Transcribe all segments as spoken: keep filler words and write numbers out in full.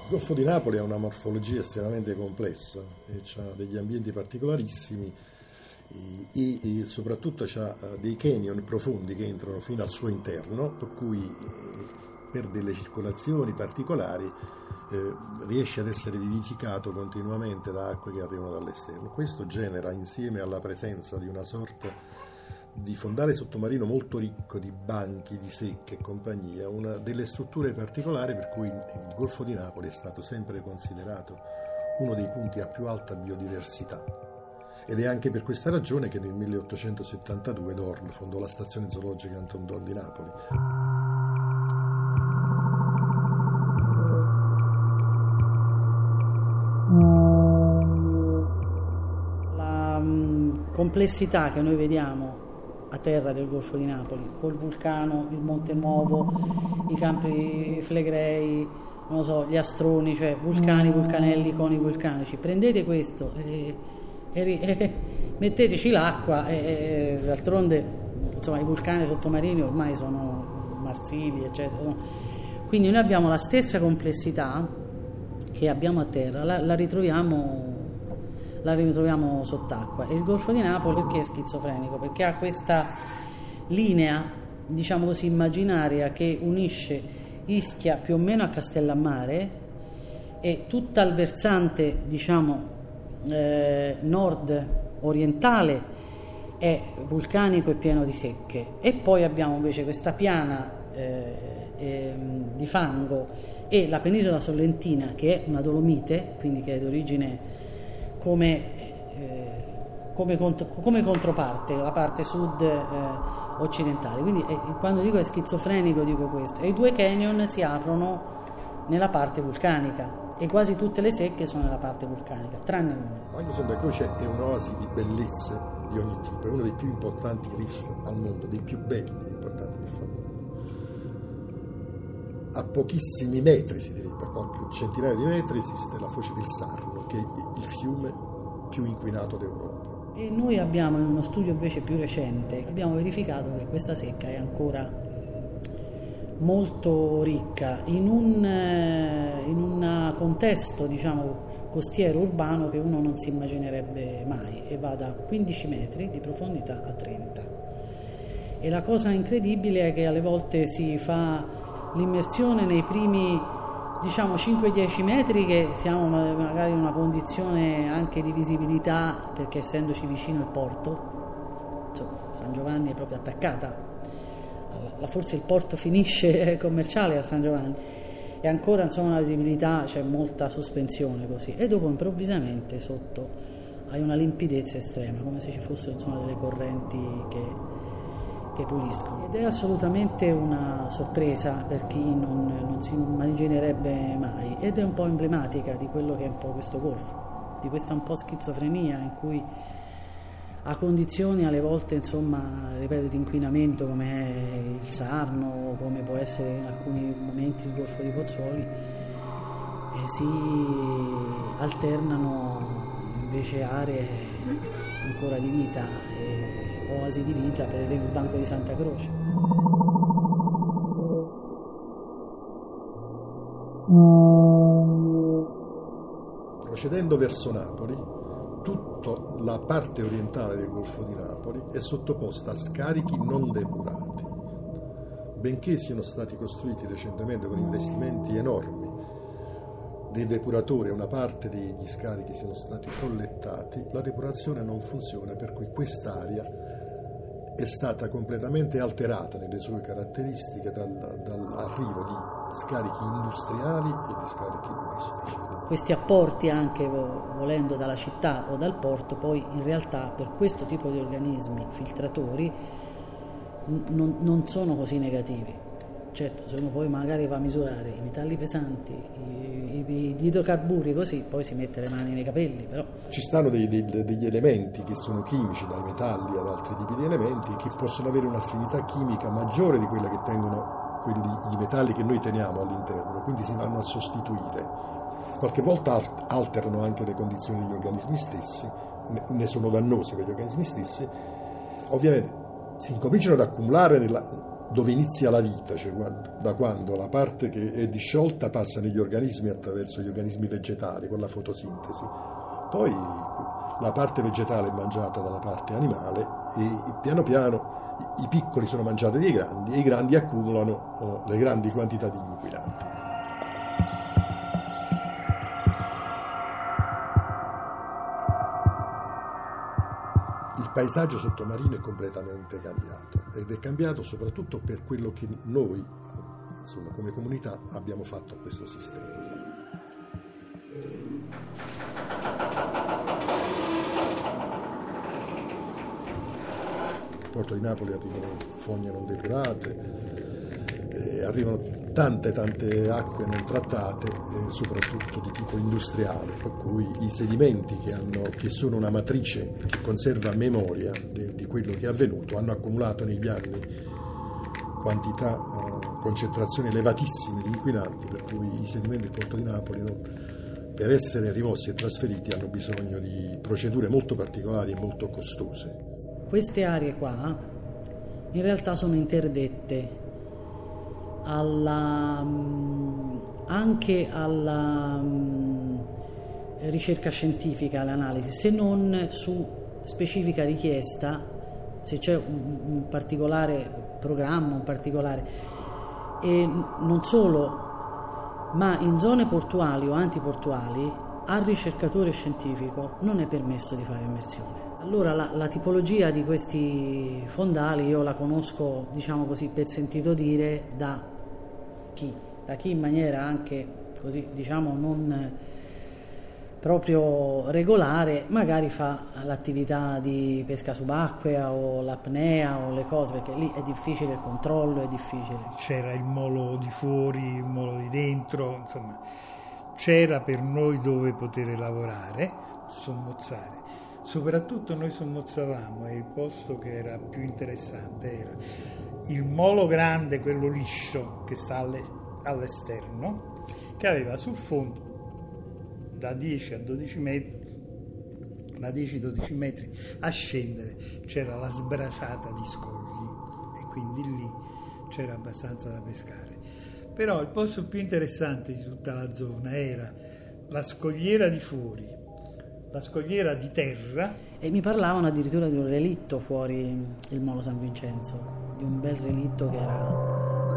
Il Golfo di Napoli ha una morfologia estremamente complessa e ha degli ambienti particolarissimi e, e, e soprattutto ha dei canyon profondi che entrano fino al suo interno, per cui per delle circolazioni particolari eh, riesce ad essere vivificato continuamente da acque che arrivano dall'esterno. Questo genera, insieme alla presenza di una sorta di fondale sottomarino molto ricco di banchi, di secche e compagnia, una delle strutture particolari per cui il Golfo di Napoli è stato sempre considerato uno dei punti a più alta biodiversità. Ed è anche per questa ragione che nel milleottocentosettantadue Dorn fondò la stazione zoologica Anton Dohn di Napoli. La um, complessità che noi vediamo a terra del Golfo di Napoli, col vulcano, il Monte Nuovo, i Campi Flegrei, non lo so, gli Astroni, cioè vulcani, vulcanelli, coni vulcanici. Prendete questo e, e, e metteteci l'acqua e, e d'altronde insomma i vulcani sottomarini ormai sono marsili, eccetera. Quindi noi abbiamo la stessa complessità che abbiamo a terra, la, la ritroviamo la ritroviamo sott'acqua. E il Golfo di Napoli perché è schizofrenico? Perché ha questa linea, diciamo così, immaginaria che unisce Ischia più o meno a Castellammare e tutta il versante, diciamo, eh, nord-orientale è vulcanico e pieno di secche, e poi abbiamo invece questa piana eh, eh, di fango e la penisola sorrentina che è una dolomite, quindi che è d'origine come, eh, come, contro, come controparte, la parte sud eh, occidentale. Quindi eh, quando dico è schizofrenico dico questo. E i due canyon si aprono nella parte vulcanica e quasi tutte le secche sono nella parte vulcanica, tranne una. Magno Santa Croce è un'oasi di bellezze di ogni tipo, è uno dei più importanti riff al mondo, dei più belli e importanti riff al mondo. A pochissimi metri, si direbbe, a qualche centinaio di metri, esiste la foce del Sarno, che è il fiume più inquinato d'Europa. E noi abbiamo, in uno studio invece più recente, abbiamo verificato che questa secca è ancora molto ricca in un, in un contesto, diciamo, costiero urbano che uno non si immaginerebbe mai, e va da quindici metri di profondità a trenta. E la cosa incredibile è che alle volte si fa l'immersione nei primi, diciamo, cinque dieci metri, che siamo magari in una condizione anche di visibilità, perché essendoci vicino il porto, insomma, San Giovanni è proprio attaccata, alla, forse il porto finisce commerciale a San Giovanni, e ancora insomma una visibilità, c'è molta sospensione così, e dopo improvvisamente sotto hai una limpidezza estrema, come se ci fossero insomma delle correnti che che puliscono, ed è assolutamente una sorpresa per chi non, non si immaginerebbe mai, ed è un po' emblematica di quello che è un po' questo golfo, di questa un po' schizofrenia in cui ha condizioni alle volte, insomma, ripeto, di inquinamento come è il Sarno, come può essere in alcuni momenti il Golfo di Pozzuoli, e si alternano invece aree ancora di vita, e oasi di vita, per esempio il Banco di Santa Croce. Procedendo verso Napoli, tutta la parte orientale del Golfo di Napoli è sottoposta a scarichi non depurati, benché siano stati costruiti recentemente con investimenti enormi dei depuratori e una parte degli scarichi siano stati collettati, la depurazione non funziona, per cui quest'area è stata completamente alterata nelle sue caratteristiche dal, dall'arrivo di scarichi industriali e di scarichi domestici. Questi apporti, anche volendo dalla città o dal porto, poi in realtà per questo tipo di organismi filtratori non, non sono così negativi. Certo, se uno poi magari va a misurare i metalli pesanti, i, i, gli idrocarburi, così poi si mette le mani nei capelli, però. Ci stanno dei, dei, degli elementi che sono chimici, dai metalli ad altri tipi di elementi, che possono avere un'affinità chimica maggiore di quella che tengono quelli, i metalli che noi teniamo all'interno, quindi si vanno a sostituire. Qualche volta alterano anche le condizioni degli organismi stessi, ne sono dannosi per gli organismi stessi. Ovviamente si incominciano ad accumulare nella dove inizia la vita, cioè da quando la parte che è disciolta passa negli organismi attraverso gli organismi vegetali con la fotosintesi, poi la parte vegetale è mangiata dalla parte animale e piano piano i piccoli sono mangiati dai grandi e i grandi accumulano le grandi quantità di inquinanti. Il paesaggio sottomarino è completamente cambiato ed è cambiato soprattutto per quello che noi, insomma, come comunità abbiamo fatto a questo sistema. Al porto di Napoli arrivano fogne non depurate, eh, arrivano tante tante acque non trattate, eh, soprattutto di tipo industriale, per cui i sedimenti che, hanno, che sono una matrice che conserva memoria di, di quello che è avvenuto hanno accumulato negli anni quantità, eh, concentrazioni elevatissime di inquinanti, per cui i sedimenti del porto di Napoli, no, per essere rimossi e trasferiti hanno bisogno di procedure molto particolari e molto costose. Queste aree qua in realtà sono interdette alla, anche alla ricerca scientifica, all'analisi, se non su specifica richiesta, se c'è un, un particolare programma, un particolare, e non solo, ma in zone portuali o antiportuali al ricercatore scientifico non è permesso di fare immersione. Allora la, la tipologia di questi fondali io la conosco, diciamo così, per sentito dire da chi, da chi in maniera anche così, diciamo, non proprio regolare magari fa l'attività di pesca subacquea o l'apnea o le cose, perché lì è difficile il controllo, è difficile. C'era il molo di fuori, il molo di dentro, insomma c'era per noi dove poter lavorare, sommozzare. Soprattutto noi sommozzavamo e il posto che era più interessante era il molo grande, quello liscio che sta alle, all'esterno, che aveva sul fondo da dieci a dodici metri, da dieci dodici metri a scendere c'era la sbrasata di scogli e quindi lì c'era abbastanza da pescare. Però il posto più interessante di tutta la zona era la scogliera di fuori, la scogliera di terra. E mi parlavano addirittura di un relitto fuori il molo San Vincenzo, di un bel relitto che era...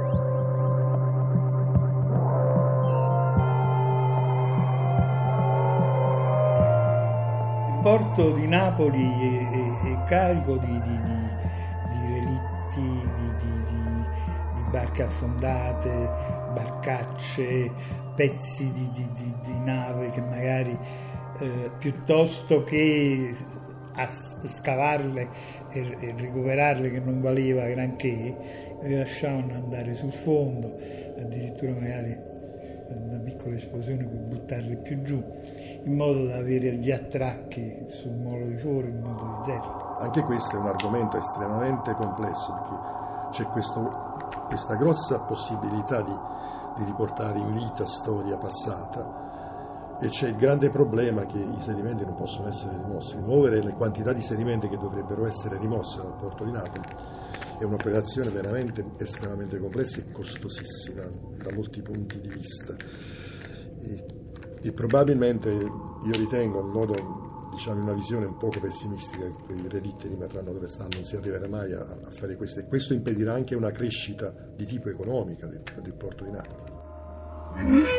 Il porto di Napoli è, è, è carico di, di, di, di relitti, di, di, di, di barche affondate, barcacce, pezzi di, di, di, di nave che magari eh, piuttosto che a scavarle e, e recuperarle, che non valeva granché, le lasciavano andare sul fondo, addirittura magari una piccola esplosione per buttarle più giù, in modo da avere gli attracchi sul molo di fuori, il molo di terra. Anche questo è un argomento estremamente complesso, perché c'è questo, questa grossa possibilità di, di riportare in vita storia passata, e c'è il grande problema che i sedimenti non possono essere rimossi. Rimuovere le quantità di sedimenti che dovrebbero essere rimosse dal porto di Napoli è un'operazione veramente estremamente complessa e costosissima da molti punti di vista. E, e probabilmente io ritengo, in modo, diciamo, in una visione un poco pessimistica, che quei relitti rimarranno dove stanno, non si arriverà mai a, a fare questo, e questo impedirà anche una crescita di tipo economica del, del porto di Napoli.